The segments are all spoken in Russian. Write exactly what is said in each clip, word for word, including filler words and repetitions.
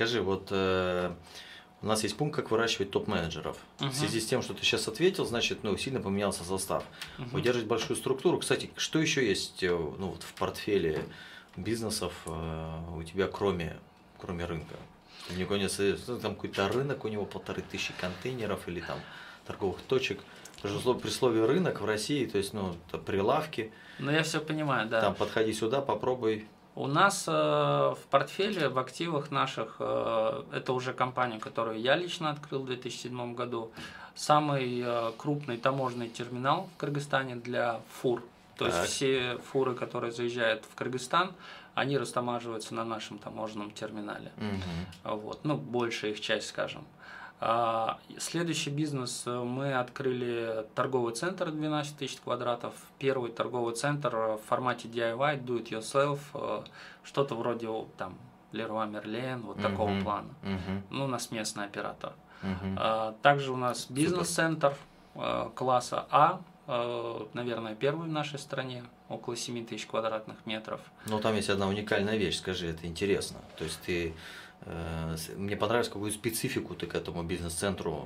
Скажи, вот э, у нас есть пункт, как выращивать топ-менеджеров. Uh-huh. В связи с тем, что ты сейчас ответил, значит, ну, сильно поменялся состав. Uh-huh. Удерживать большую структуру. Кстати, что еще есть ну, вот в портфеле бизнесов э, у тебя, кроме, кроме рынка? Не гонится, там какой-то рынок, у него полторы тысячи контейнеров или там торговых точек. При слове рынок в России, то есть, ну, прилавки. Ну, я все понимаю, да. Там подходи сюда, попробуй. У нас э, в портфеле, в активах наших, э, это уже компания, которую я лично открыл в две тысячи седьмом году, самый э, крупный таможенный терминал в Кыргызстане для фур. То так. есть все фуры, которые заезжают в Кыргызстан, они растамаживаются на нашем таможенном терминале. Угу. Вот. Ну, большая их часть, скажем. А, следующий бизнес. Мы открыли торговый центр двенадцать тысяч квадратов. Первый торговый центр в формате ди ай вай, do it yourself. Что-то вроде там Leroy Merlin, вот угу. такого плана. Угу. Ну, у нас местный оператор. Угу. А, также у нас бизнес-центр класса А. Наверное, первый в нашей стране, около семи тысяч квадратных метров. Но там есть одна уникальная вещь, скажи, это интересно. То есть ты, э, мне понравилось, какую специфику ты к этому бизнес-центру,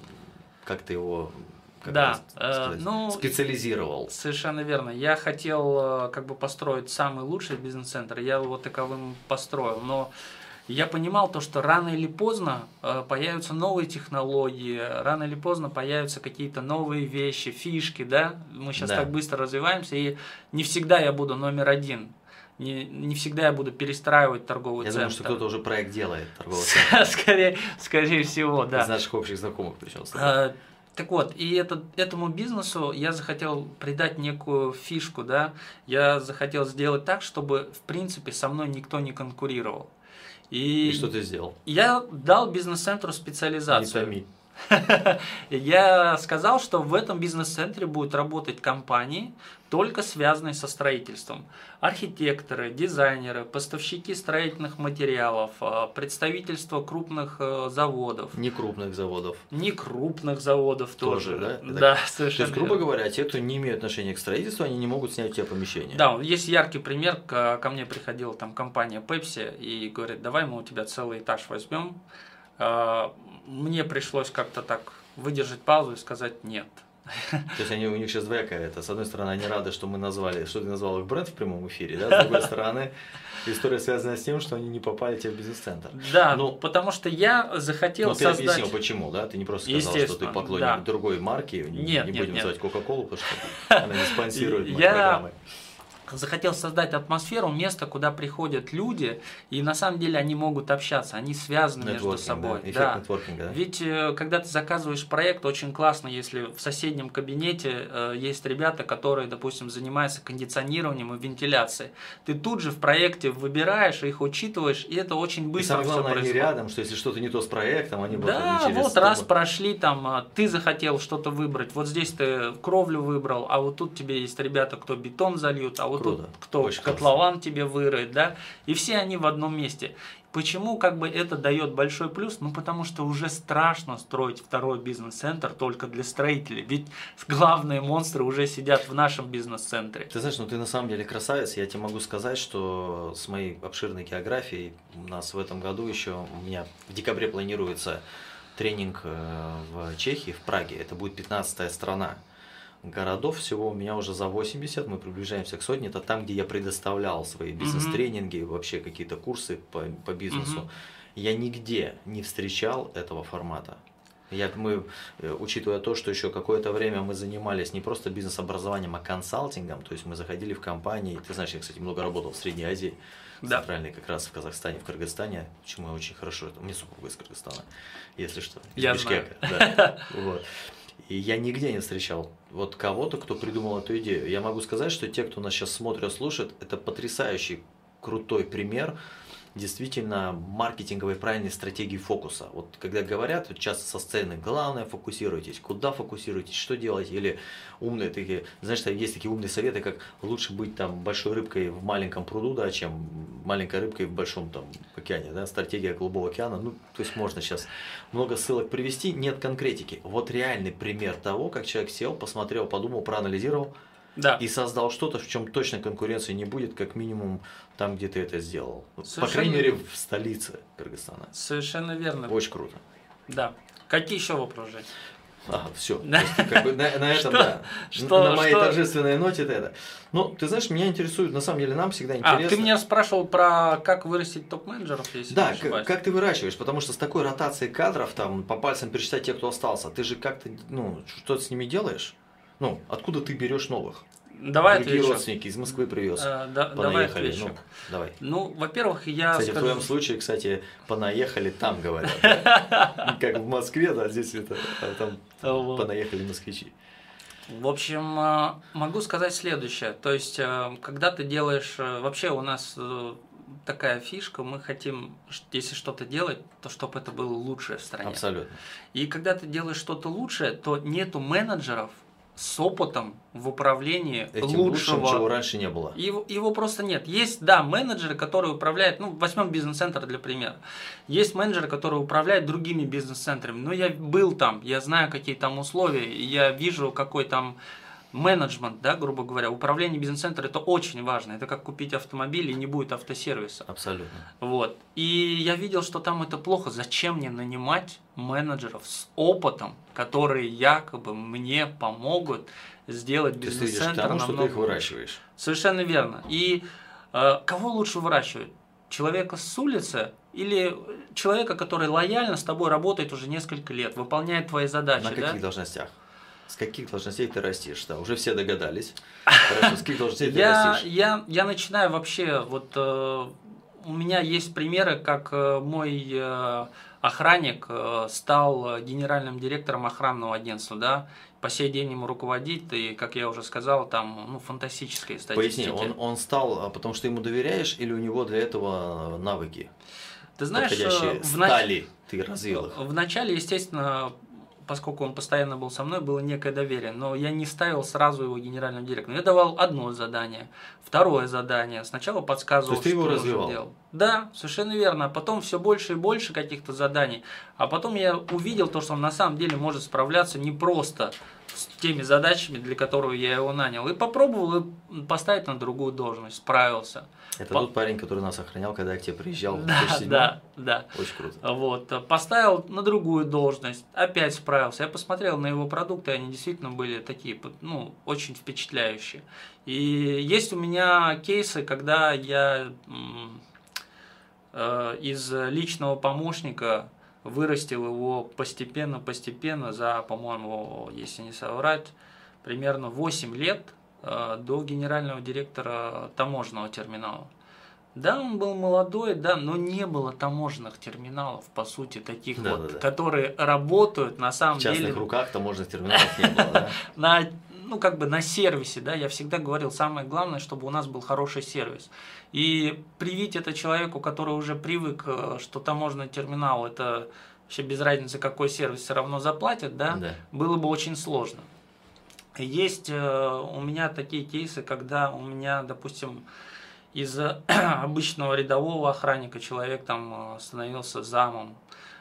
как ты его как да, сказать, э, ну, специализировал. Совершенно верно. Я хотел как бы построить самый лучший бизнес-центр, я его таковым построил, но я понимал то, что рано или поздно появятся новые технологии, рано или поздно появятся какие-то новые вещи, фишки, да? Мы сейчас да. так быстро развиваемся, и не всегда я буду номер один, не, не всегда я буду перестраивать торговый я центр. Я думаю, что кто-то уже проект делает, торговый центр. Скорее, скорее всего, да. Из наших общих знакомых причем. Так вот, и этот, этому бизнесу я захотел придать некую фишку, да? Я захотел сделать так, чтобы, в принципе, со мной никто не конкурировал. И, и что ты сделал? Я дал бизнес-центру специализацию. Не томи. Я сказал, что в этом бизнес-центре будут работать компании, только связанные со строительством. Архитекторы, дизайнеры, поставщики строительных материалов, представительство крупных заводов. Не крупных заводов. Не крупных заводов тоже. тоже да? Да, так, совершенно. То есть, грубо говоря, те, кто не имеет отношения к строительству, они не могут снять у тебя помещение. Да, есть яркий пример. Ко мне приходила там компания Pepsi и говорит, давай мы у тебя целый этаж возьмем. Мне пришлось как-то так выдержать паузу и сказать нет. То есть они, у них сейчас двоякая это. С одной стороны, они рады, что мы назвали, что ты назвал их бренд в прямом эфире, да? С другой стороны, история связана с тем, что они не попали тебе в бизнес-центр. Да, ну, потому что я захотел но создать... ты объяснил, почему, да? Ты не просто сказал, что ты поклонник да. другой марки, нет, не нет, будем нет. называть Кока-Колу, потому что она не спонсирует мои я... программы. Захотел создать атмосферу, место, куда приходят люди, и на самом деле они могут общаться, они связаны между собой. Да. Эффект да. нетворкинга, да? Ведь когда ты заказываешь проект, очень классно, если в соседнем кабинете э, есть ребята, которые, допустим, занимаются кондиционированием и вентиляцией. Ты тут же в проекте выбираешь, их учитываешь, и это очень быстро. И самое главное, они рядом, что если что-то не то с проектом, они будут да, через вот раз прошли, там, ты захотел что-то выбрать, вот здесь ты кровлю выбрал, а вот тут тебе есть ребята, кто бетон зальют, а вот Круто. Тут кто Очень котлован классно. тебе выроет, да, и все они в одном месте. Почему как бы это дает большой плюс? Ну, потому что уже страшно строить второй бизнес-центр только для строителей, ведь главные монстры уже сидят в нашем бизнес-центре. Ты знаешь, ну ты на самом деле красавец, я тебе могу сказать, что с моей обширной географией у нас в этом году еще, у меня в декабре планируется тренинг в Чехии, в Праге, это будет пятнадцатая страна. Городов всего у меня уже за восемьдесят, мы приближаемся к сотне, это там, где я предоставлял свои бизнес-тренинги, mm-hmm. вообще какие-то курсы по, по бизнесу. Mm-hmm. Я нигде не встречал этого формата. Я, мы, учитывая то, что еще какое-то время мы занимались не просто бизнес-образованием, а консалтингом, то есть мы заходили в компании, ты знаешь, я, кстати, много работал в Средней Азии, да. центральной как раз в Казахстане, в Кыргызстане, почему я очень хорошо, у меня супруга из Кыргызстана, если что, из я Бишкека. Да, вот. И я нигде не встречал вот кого-то, кто придумал эту идею. Я могу сказать, что те, кто нас сейчас смотрит, слушает, это потрясающий, крутой пример действительно маркетинговой правильной стратегии фокуса. Вот когда говорят, вот часто со сцены, главное фокусируйтесь, куда фокусируйтесь, что делать, или умные такие, знаешь, есть такие умные советы, как лучше быть там большой рыбкой в маленьком пруду, да, чем маленькой рыбкой в большом там океане, да, стратегия Голубого океана, ну, то есть можно сейчас много ссылок привести, нет конкретики. Вот реальный пример того, как человек сел, посмотрел, подумал, проанализировал Да. и создал что-то, в чем точно конкуренции не будет, как минимум там, где ты это сделал. Совершенно... По крайней мере, в столице Кыргызстана. Совершенно верно. Очень круто. Да. Какие еще вопросы? Ага, все. Как бы на, на этом, что? да. Что? На моей что? торжественной ноте это. Ну, ты знаешь, меня интересует, на самом деле, нам всегда интересно. А, ты меня спрашивал про как вырастить топ-менеджеров, если да, не ошибаюсь. как ты выращиваешь, потому что с такой ротацией кадров, там, по пальцам пересчитать тех, кто остался, ты же как-то, ну, что-то с ними делаешь? Ну, откуда ты берешь новых? Давай Другие отвечу. родственники из Москвы привез. А, да, давай Понаехали. отвечу. Ну, давай. Ну, во-первых, я Кстати, скажу... в твоем случае, кстати, понаехали там, говорят. Да? Как в Москве, да, здесь это, а там понаехали москвичи. В общем, могу сказать следующее. То есть, когда ты делаешь... Вообще у нас такая фишка, мы хотим, если что-то делать, то чтобы это было лучшее в стране. Абсолютно. И когда ты делаешь что-то лучшее, то нету менеджеров с опытом в управлении Этим лучшего. лучшим, чего раньше не было. Его, его просто нет. Есть, да, менеджеры, которые управляют, ну, возьмем бизнес-центр для примера. Есть менеджеры, которые управляют другими бизнес-центрами. Но я был там, я знаю, какие там условия, я вижу, какой там менеджмент, да, грубо говоря. Управление бизнес-центром это очень важно. Это как купить автомобиль и не будет автосервиса. Абсолютно. Вот. И я видел, что там это плохо. Зачем мне нанимать менеджеров с опытом, которые якобы мне помогут сделать бизнес-центр намного... что ты их лучше? выращиваешь. Совершенно верно. И э, кого лучше выращивать? Человека с улицы или человека, который лояльно с тобой работает уже несколько лет, выполняет твои задачи? На каких да? должностях? С каких должностей ты растишь? Да, уже все догадались. Хорошо, с каких должностей ты я, растишь? Я, я начинаю вообще, вот э, у меня есть примеры, как э, мой э, охранник э, стал генеральным директором охранного агентства, да, по сей день ему руководит, и, как я уже сказал, там, ну, фантастические статистики. Поясни, он, он стал, потому что ему доверяешь, или у него для этого навыки? Ты знаешь, подходящие в стали, нач... ты развил их? В начале, естественно, поскольку он постоянно был со мной, было некое доверие, но я не ставил сразу его генеральным директором. Я давал одно задание, второе задание, сначала подсказывал, То есть ты его что развивал? делал. Да, совершенно верно. А потом все больше и больше каких-то заданий. А потом я увидел то, что он на самом деле может справляться не просто с теми задачами, для которых я его нанял. И попробовал и поставить на другую должность, справился. Это По... тот парень, который нас охранял, когда я к тебе приезжал в Да, две тысячи седьмом? да, да. Очень круто. Вот, поставил на другую должность, опять справился. Я посмотрел на его продукты, они действительно были такие, ну, очень впечатляющие. И есть у меня кейсы, когда я э, из личного помощника вырастил его постепенно-постепенно за, по-моему, если не соврать, примерно восемь лет э, до генерального директора таможенного терминала. Да, он был молодой, да, но не было таможенных терминалов, по сути, таких да, вот, да, да. которые работают на самом деле. В частных деле, руках таможенных терминалов не было, да? На, ну, как бы на сервисе, да, я всегда говорил, самое главное, чтобы у нас был хороший сервис. И привить это человеку, который уже привык, что таможенный терминал, это вообще без разницы, какой сервис, все равно заплатят, да, да. было бы очень сложно. Есть у меня такие кейсы, когда у меня, допустим, из обычного рядового охранника человек там становился замом.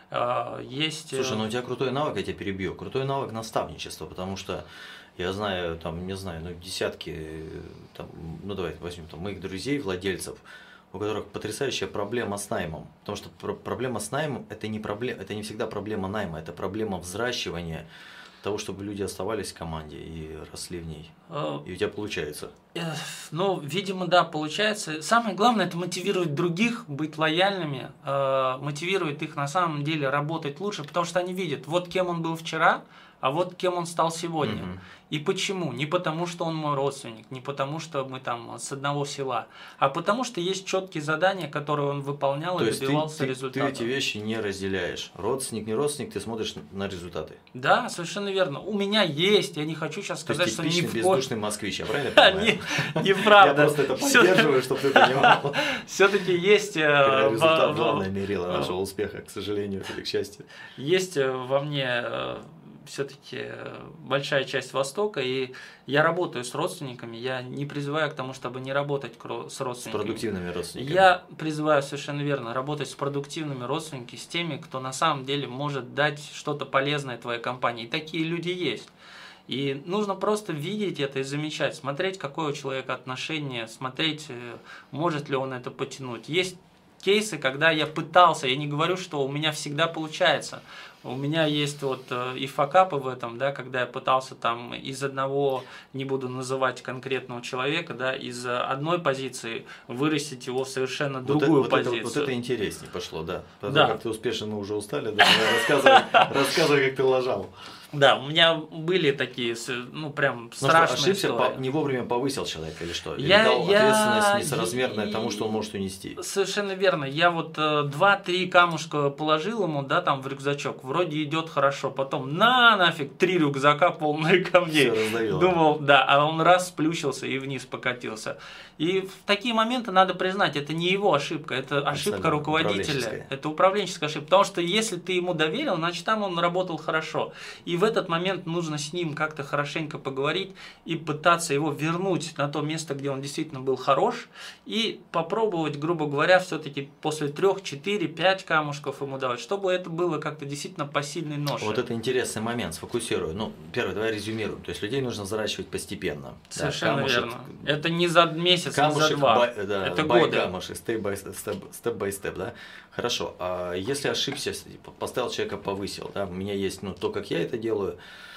Есть... Слушай, ну у тебя крутой навык, я тебя перебью, крутой навык наставничества, потому что я знаю, там, не знаю, ну десятки, там, ну давай возьмем там моих друзей, владельцев, у которых потрясающая проблема с наймом, потому что пр проблема с наймом это не проблема, это не всегда проблема найма, это проблема взращивания того, чтобы люди оставались в команде и росли в ней. И у тебя получается. Ну, видимо, да, получается. Самое главное, это мотивировать других, быть лояльными, мотивировать их на самом деле работать лучше, потому что они видят, вот кем он был вчера, а вот кем он стал сегодня. Mm-hmm. И почему? Не потому, что он мой родственник, не потому, что мы там с одного села, а потому, что есть четкие задания, которые он выполнял То и есть добивался ты, результата. Ты эти вещи не разделяешь. Родственник, не родственник, ты смотришь на результаты. Да, совершенно верно. У меня есть, я не хочу сейчас сказать, что типичный ни в бездушный москвич, я правильно понимаю? Неправда. Я просто это поддерживаю, чтобы ты понимал. Все-таки есть... Результат главное мерило нашего успеха, к сожалению, или к счастью. Есть во мне все-таки большая часть Востока, и я работаю с родственниками, я не призываю к тому, чтобы не работать с родственниками. С продуктивными родственниками. Я призываю совершенно верно работать с продуктивными родственниками, с теми, кто на самом деле может дать что-то полезное твоей компании. И такие люди есть. И нужно просто видеть это и замечать, смотреть, какое у человека отношение, смотреть, может ли он это потянуть. Есть кейсы, когда я пытался, я не говорю, что у меня всегда получается. У меня есть вот и факапы в этом, да, когда я пытался там из одного, не буду называть конкретного человека, да, из одной позиции вырастить его в совершенно другую вот позицию. Это, вот это интереснее пошло, да. Потому да. как ты успешен, мы уже устали, да, рассказывай, рассказывай, как ты лажал. Да, у меня были такие, ну, прям страшные что, ошибся, истории. По, не вовремя повысил человека или что? Или я, дал я, ответственность несоразмерная я, тому, что он может унести? Совершенно верно. Я вот два-три камушка положил ему, да, там в рюкзачок. Вроде идет хорошо. Потом на нафиг три рюкзака полные камней. Все раздавило. Думал, да, а он раз сплющился и вниз покатился. И в такие моменты надо признать, это не его ошибка, это ошибка Абсолютно. руководителя. Это управленческая ошибка. Потому что если ты ему доверил, значит там он работал хорошо. И в этот момент нужно с ним как-то хорошенько поговорить и пытаться его вернуть на то место, где он действительно был хорош, и попробовать, грубо говоря, все-таки после трех, четыре, пять камушков ему давать, чтобы это было как-то действительно посильной ношей. Вот это интересный момент, сфокусирую. Ну, первое, давай резюмируем. То есть людей нужно взращивать постепенно. Совершенно да, камушек, верно. Это не за месяц, камушек, не за два. Бай, да, это бай годы. Камушек, степ-бай-степ, да? Хорошо. А если ошибся, поставил человека, повысил, да? У меня есть, ну, то, как я это делаю.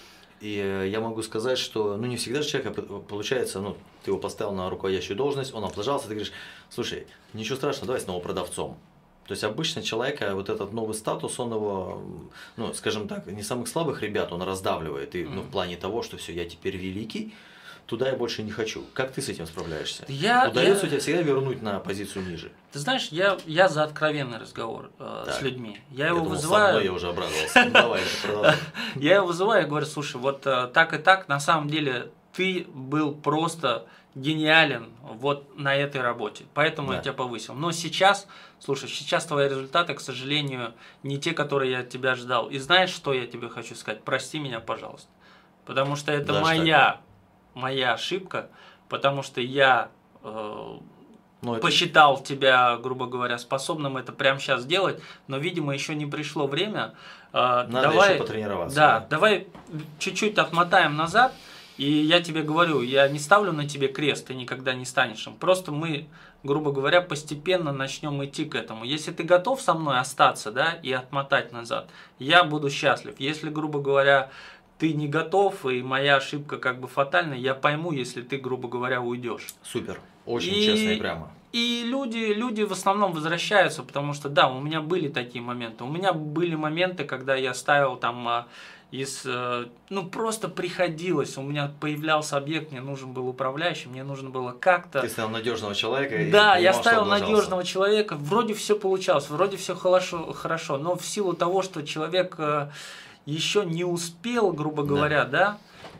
И я могу сказать, что ну, не всегда же человека получается, ну, ты его поставил на руководящую должность, он облажался, ты говоришь, слушай, ничего страшного, давай снова продавцом. То есть обычно человека вот этот новый статус, он его, ну, скажем так, не самых слабых ребят он раздавливает, и, ну, в плане того, что все, я теперь великий, туда я больше не хочу. Как ты с этим справляешься? Я, Удается я... у тебя всегда вернуть на позицию ниже? Ты знаешь, я, я за откровенный разговор э, с людьми. Я, я его думал, вызываю. Со мной я уже обрадовался. Давай, продолжай. Я его вызываю и говорю, слушай, вот э, так и так, на самом деле ты был просто гениален вот на этой работе, поэтому Да. я тебя повысил. Но сейчас, слушай, сейчас твои результаты, к сожалению, не те, которые я от тебя ждал. И знаешь, что я тебе хочу сказать? Прости меня, пожалуйста. Потому что это Да, моя, моя ошибка, потому что я э, Ну, это- посчитал тебя, грубо говоря, способным это прямо сейчас сделать, но, видимо, еще не пришло время. Э, Надо давай, еще потренироваться. Да, давай чуть-чуть отмотаем назад. И я тебе говорю, я не ставлю на тебе крест, ты никогда не станешь им. Просто мы, грубо говоря, постепенно начнем идти к этому. Если ты готов со мной остаться, да, и отмотать назад, я буду счастлив. Если, грубо говоря, ты не готов, и моя ошибка как бы фатальна, я пойму, если ты, грубо говоря, уйдешь. Супер. Очень И- честно и прямо. И люди, люди в основном возвращаются, потому что, да, у меня были такие моменты. У меня были моменты, когда я ставил там а, из, э, ну, просто приходилось, у меня появлялся объект, мне нужен был управляющий, мне нужно было как-то... Ты ставил надежного человека и Да, понимал, я что ставил облажался. надежного человека, вроде все получалось, вроде все хорошо, хорошо, но в силу того, что человек э, еще не успел, грубо Да. говоря, да,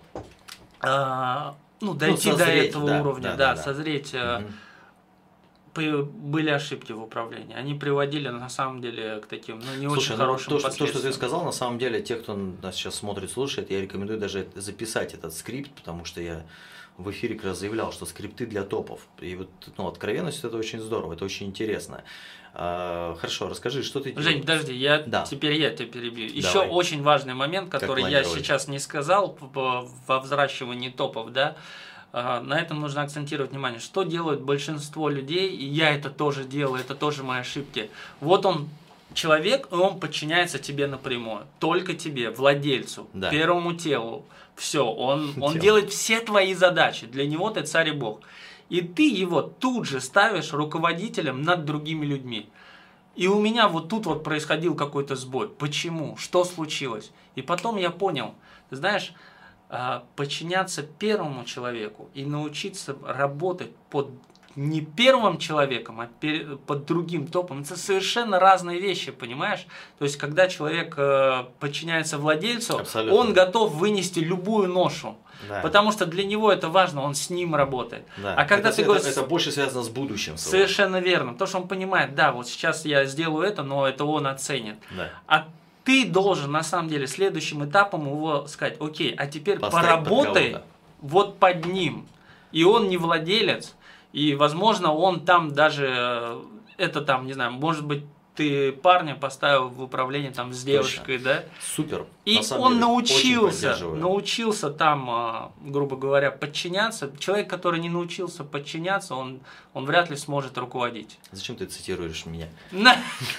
а, ну, дойти до созреть, этого да, уровня, да, да, да, да. созреть... э, Мгм. П- были ошибки в управлении. Они приводили на самом деле к таким, ну, не Слушай, очень ну, хорошим то, что, то, что ты последствиям. сказал, на самом деле, те, кто нас сейчас смотрит, слушает, я рекомендую даже записать этот скрипт, потому что я в эфире как раз заявлял, что скрипты для топов. И вот, ну, откровенность это очень здорово, это очень интересно. А, хорошо, расскажи, что ты Жень, подожди, я Да. теперь я тебя перебью. Еще Давай. очень важный момент, который я планировали. сейчас не сказал в- во взращивании топов, да. А, На этом нужно акцентировать внимание. Что делают большинство людей, и я это тоже делаю, это тоже мои ошибки. Вот он человек, и он подчиняется тебе напрямую, только тебе, владельцу, Да. первому телу. Все, он, он Тело. делает все твои задачи. Для него ты царь и бог. И ты его тут же ставишь руководителем над другими людьми. И у меня вот тут вот происходил какой-то сбой. Почему? Что случилось? И потом я понял, ты знаешь, а, подчиняться первому человеку и научиться работать под не первым человеком, а пер- под другим топом, это совершенно разные вещи, понимаешь? То есть, когда человек э, подчиняется владельцу, Абсолютно. он готов вынести любую ношу. Да. Потому что для него это важно, он с ним работает. Да. А когда это, ты это- говоришь... это больше связано с будущим. своим. Совершенно верно. Потому что он понимает, да, вот сейчас я сделаю это, но это он оценит. Да. А ты должен, на самом деле, следующим этапом его сказать, окей, а теперь Поставить под поработай кого-то. вот под ним. И он не владелец, и, возможно, он там даже, э, это там, не знаю, может быть, ты парня поставил в управление там с девушкой, Точно. да? Супер. И На самом он деле, очень научился, поддерживаю. научился там, а, грубо говоря, подчиняться. Человек, который не научился подчиняться, он, он вряд ли сможет руководить. Зачем ты цитируешь меня? На-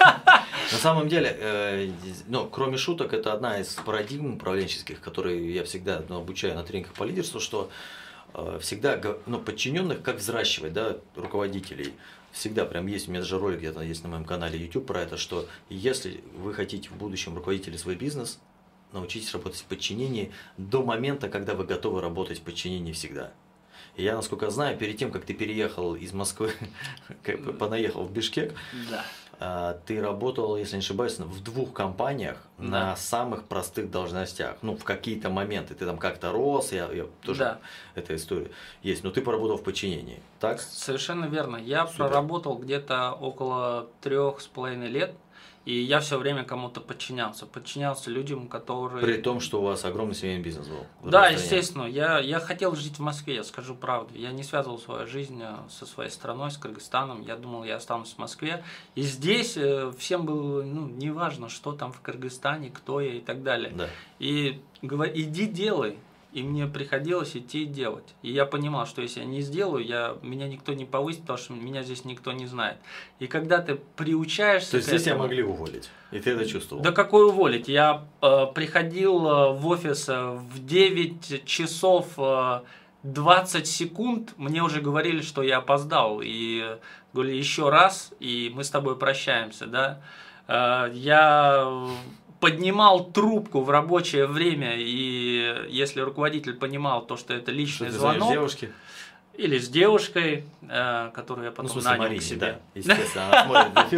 На самом деле, э, ну, кроме шуток, это одна из парадигм управленческих, которые я всегда ну, обучаю на тренингах по лидерству, что э, всегда го- ну, подчиненных как взращивать, да, руководителей. Всегда прям есть, у меня даже ролик где-то есть на моем канале YouTube про это, что если вы хотите в будущем руководителя свой бизнес, научитесь работать в подчинении до момента, когда вы готовы работать в подчинении всегда. И я, насколько знаю, перед тем, как ты переехал из Москвы, как бы понаехал в Бишкек, Да. а, ты работал, если не ошибаюсь, в двух компаниях Да. на самых простых должностях. Ну, в какие-то моменты. Ты там как-то рос, я, я тоже Да. эта история есть. Но ты поработал в подчинении, так? Совершенно верно. Я Супер. проработал где-то около трех с половиной лет, и я все время кому-то подчинялся. Подчинялся людям, которые... При том, что у вас огромный семейный бизнес был. в Да, другой стране. естественно. Я, я хотел жить в Москве, я скажу правду. Я не связывал свою жизнь э, со своей страной, с Кыргызстаном. Я думал, я останусь в Москве. И здесь э, всем было ну, неважно, что там в Кыргызстане, кто я и так далее. Да. И говор- иди делай. И мне приходилось идти и делать. И я понимал, что если я не сделаю, я, меня никто не повысит, потому что меня здесь никто не знает. И когда ты приучаешься То есть к здесь тебя этому- могли уволить, и ты это чувствовал? Да какой уволить? Я э, приходил э, в офис э, в девять часов э, двадцать секунд, мне уже говорили, что я опоздал. И э, говорили еще раз, и мы с тобой прощаемся, да. Э, я поднимал трубку в рабочее время, и если руководитель понимал то, что это Что личный ты знаешь звонок, девушки? или с девушкой, э, которую я Ну, в потом смысле, нанял Марине, к себе. да. Естественно, она смотрит эфир,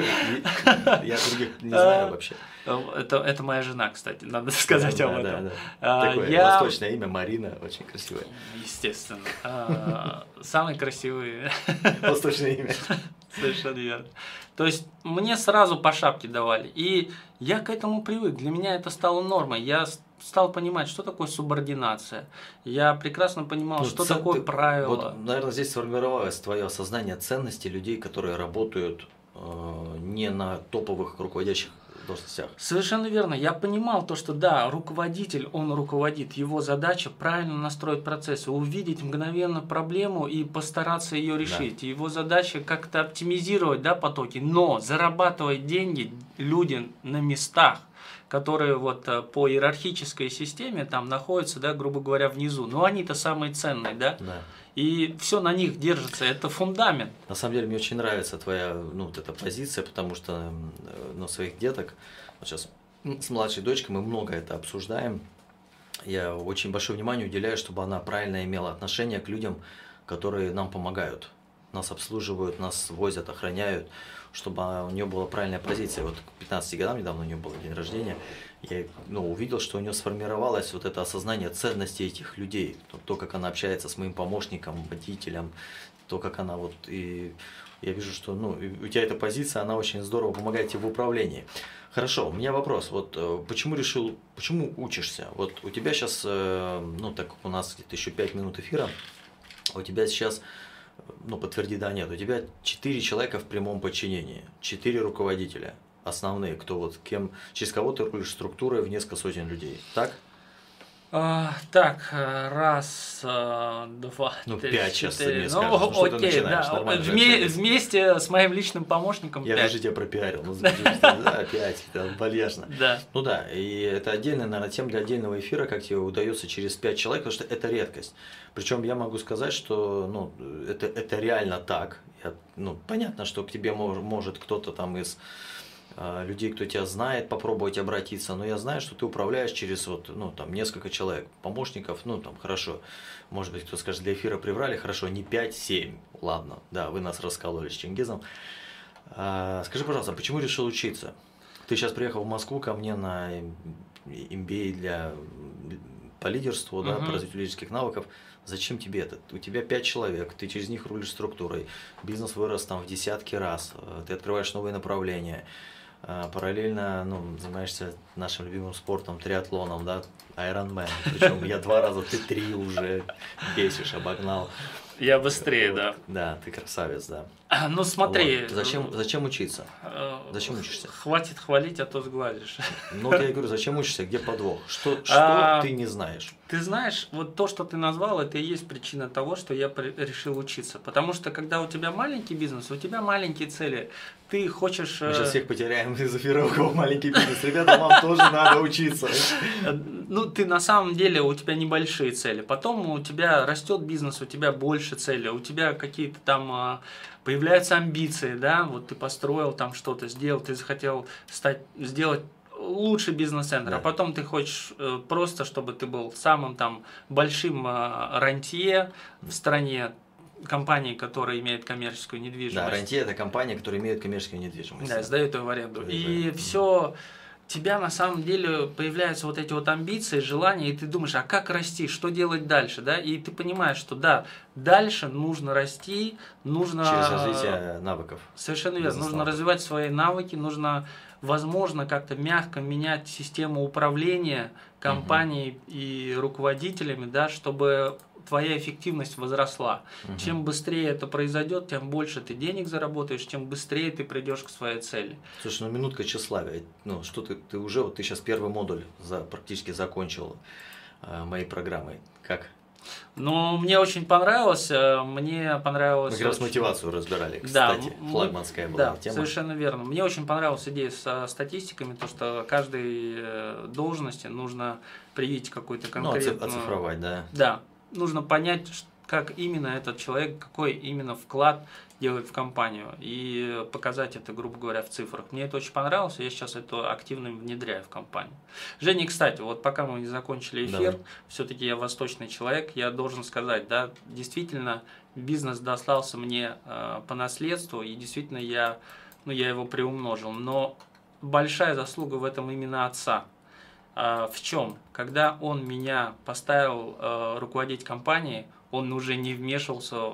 и я других не знаю вообще. Это, это моя жена, кстати, надо сказать об Да, этом. да, да. А, Такое я- восточное имя Марина, очень красивое. Естественно. А, Самый красивый. Восточное имя. Совершенно верно. То есть мне сразу по шапке давали. И я к этому привык. Для меня это стало нормой. Я с- стал понимать, что такое субординация. Я прекрасно понимал, Ну, что цен- такое ты- правило. Вот, наверное, здесь сформировалось твое осознание ценностей людей, которые работают э, не на топовых руководящих должностях. Совершенно верно. Я понимал то, что да, руководитель, он руководит. Его задача правильно настроить процессы, увидеть мгновенно проблему и постараться ее решить. Его задача как-то оптимизировать, да, потоки, но зарабатывать деньги люди на местах, которые вот э, по иерархической системе там находятся, да, грубо говоря, внизу. Но они-то самые ценные, да? Да. И все на них держится. Это фундамент. На самом деле мне очень нравится твоя ну, вот эта позиция, потому что м, э, ну, своих деток, вот сейчас с младшей дочкой мы много это обсуждаем. Я очень большое внимание уделяю, чтобы она правильно имела отношение к людям, которые нам помогают. Нас обслуживают, нас возят, охраняют, чтобы у нее была правильная позиция. Вот к пятнадцати годам, недавно у нее был день рождения, я ну, увидел, что у нее сформировалось вот это осознание ценности этих людей. То, то, как она общается с моим помощником, водителем, то, как она вот... И я вижу, что ну, и у тебя эта позиция, она очень здорово помогает тебе в управлении. Хорошо, у меня вопрос. Вот э, почему решил, почему учишься? Вот у тебя сейчас, э, ну так как у нас где-то еще пять минут эфира, у тебя сейчас, ну подтверди, да, нет, у тебя четыре человека в прямом подчинении, четыре руководителя основные, кто вот кем, через кого ты руководишь структурой в несколько сотен людей, так? А, так, э, раз, а, два, Ну, три, пять сейчас четыре. мне Ну, скажешь. Ну, что ты окей, начинаешь? да. Нормально же Вме- общались. вместе с моим личным помощником Я пять. даже тебя пропиарил, ну, да, опять, это вальяжно. Да. Ну да, и это отдельная, наверное, тема для отдельного эфира, как тебе удается через пять человек, потому что это редкость. Причем я могу сказать, что ну, это, это реально так. Я, ну, понятно, что к тебе мож, может кто-то там из э, людей, кто тебя знает, попробовать обратиться, но я знаю, что ты управляешь через вот, ну, там, несколько человек, помощников, ну, там, хорошо, может быть, кто скажет, для эфира приврали, хорошо, не пять-семь, ладно, да, вы нас раскололи с Чингизом. А, скажи, пожалуйста, почему решил учиться? Ты сейчас приехал в Москву ко мне на эм би эй для, по лидерству, да, Мгм. по развитию лидерских навыков. Зачем тебе это? У тебя пять человек, ты через них рулишь структурой, бизнес вырос там в десятки раз, э, ты открываешь новые направления, э, параллельно ну, занимаешься нашим любимым спортом, триатлоном, да, Ironman, причем я два раза, ты три уже бесишь, обогнал. Я быстрее, Вот. да. Да, ты красавец, да. Ну смотри. Вот. Зачем, зачем учиться? э, Зачем учишься? Хватит хвалить, а то сгладишь. Ну, вот я и говорю, зачем учишься, где подвох? Что, что А, ты не знаешь? Ты знаешь, вот то, что ты назвал, это и есть причина того, что я при- решил учиться. Потому что когда у тебя маленький бизнес, у тебя маленькие цели, ты хочешь... Мы сейчас э, всех потеряем из эфира, у кого маленький бизнес. Ребята, вам тоже надо учиться. э, Ну, ты на самом деле, у тебя небольшие цели. Потом у тебя растет бизнес, у тебя больше целей, у тебя какие-то там а, появляются амбиции, да, вот ты построил там что-то, сделал, ты захотел стать, сделать лучший бизнес-центр, Да. а потом ты хочешь э, просто, чтобы ты был самым там большим э, рантье в стране, компании, которая имеет коммерческую недвижимость. Да, рантье – это компания, которая имеет коммерческую недвижимость. Да, сдают ее в аренду. Да, И да. все, у тебя на самом деле появляются вот эти вот амбиции, желания, и ты думаешь, а как расти, что делать дальше, да? И ты понимаешь, что да, дальше нужно расти, нужно... Через развитие навыков. Совершенно верно. бизнес Нужно навыков. развивать свои навыки, нужно, возможно, как-то мягко менять систему управления компанией и руководителями, да, чтобы твоя эффективность возросла. Мгм. Чем быстрее это произойдет, тем больше ты денег заработаешь, тем быстрее ты придешь к своей цели. Слушай, ну минутка тщеславия. Ну, что ты, ты уже, вот ты сейчас первый модуль за, практически закончил э, моей программой. Как? Но мне очень понравилось, э, мне Мы понравилось... как раз очень- мотивацию разбирали, Да, кстати. м- Флагманская была Да, тема. совершенно верно. Мне очень понравилась идея со статистиками, то, что каждой э, должности нужно привить какую-то Ну, оциф- конкретную... оцифровать, да. Да, нужно понять, ш- как именно этот человек, какой именно вклад делает в компанию, и показать это, грубо говоря, в цифрах. Мне это очень понравилось, и я сейчас это активно внедряю в компанию. Женя, кстати, вот пока мы не закончили эфир, Давай. все-таки я восточный человек, я должен сказать, да, действительно, бизнес достался мне э, по наследству, и действительно я, ну, я его приумножил, но большая заслуга в этом именно отца. А, в чем? Когда он меня поставил э, руководить компанией, он уже не вмешивался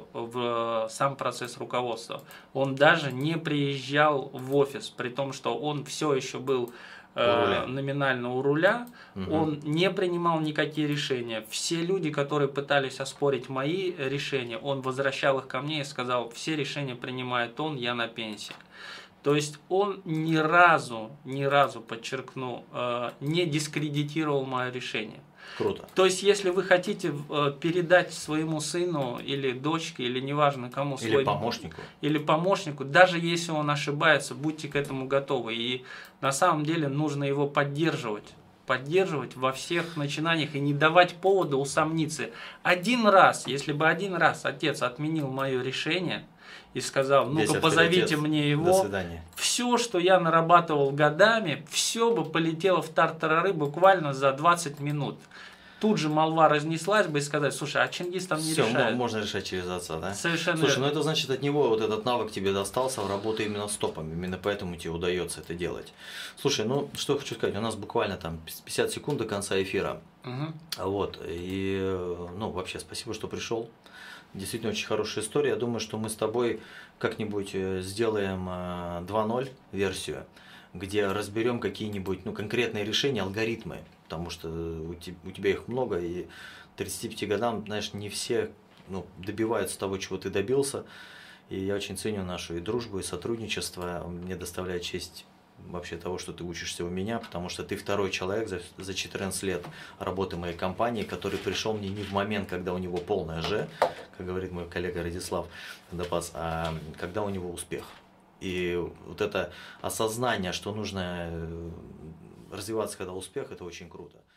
в сам процесс руководства. Он даже не приезжал в офис, при том, что он все еще был э, У руля. номинально у руля, Мгм. он не принимал никакие решения. Все люди, которые пытались оспорить мои решения, он возвращал их ко мне и сказал, все решения принимает он, я на пенсии. То есть он ни разу, ни разу, подчеркну, э, не дискредитировал мое решение. Круто. То есть, если вы хотите э, передать своему сыну или дочке, или неважно кому, Или свой, помощнику. или помощнику, даже если он ошибается, будьте к этому готовы. И на самом деле нужно его поддерживать. Поддерживать во всех начинаниях и не давать повода усомниться. Один раз, если бы один раз отец отменил мое решение и сказал, Весь ну-ка авторитет. позовите мне До его, свидания. все, что я нарабатывал годами, все бы полетело в тартарары буквально за двадцать минут. Тут же молва разнеслась бы и сказать, слушай, а Чингис там не Все, решает. можно решать через отца, да? Совершенно Слушай, верно. ну это значит, от него вот этот навык тебе достался в работе именно с топами. Именно поэтому тебе удается это делать. Слушай, ну что я хочу сказать, у нас буквально там пятьдесят секунд до конца эфира. Мгм. Вот, и, э, ну, вообще, спасибо, что пришел. Действительно, очень хорошая история. Я думаю, что мы с тобой как-нибудь э, сделаем э, два ноль версию, где разберем какие-нибудь, ну, конкретные решения, алгоритмы. Потому что у те- у тебя их много, и к тридцати пяти годам, знаешь, не все, ну, добиваются того, чего ты добился. И я очень ценю нашу и дружбу, и сотрудничество. Мне доставляет честь вообще того, что ты учишься у меня, потому что ты второй человек за, за четырнадцать лет работы моей компании, который пришел мне не в момент, когда у него полная Ж, как говорит мой коллега Радислав Дапас, а когда у него успех. И вот это осознание, что нужно э, развиваться, когда успех, это очень круто.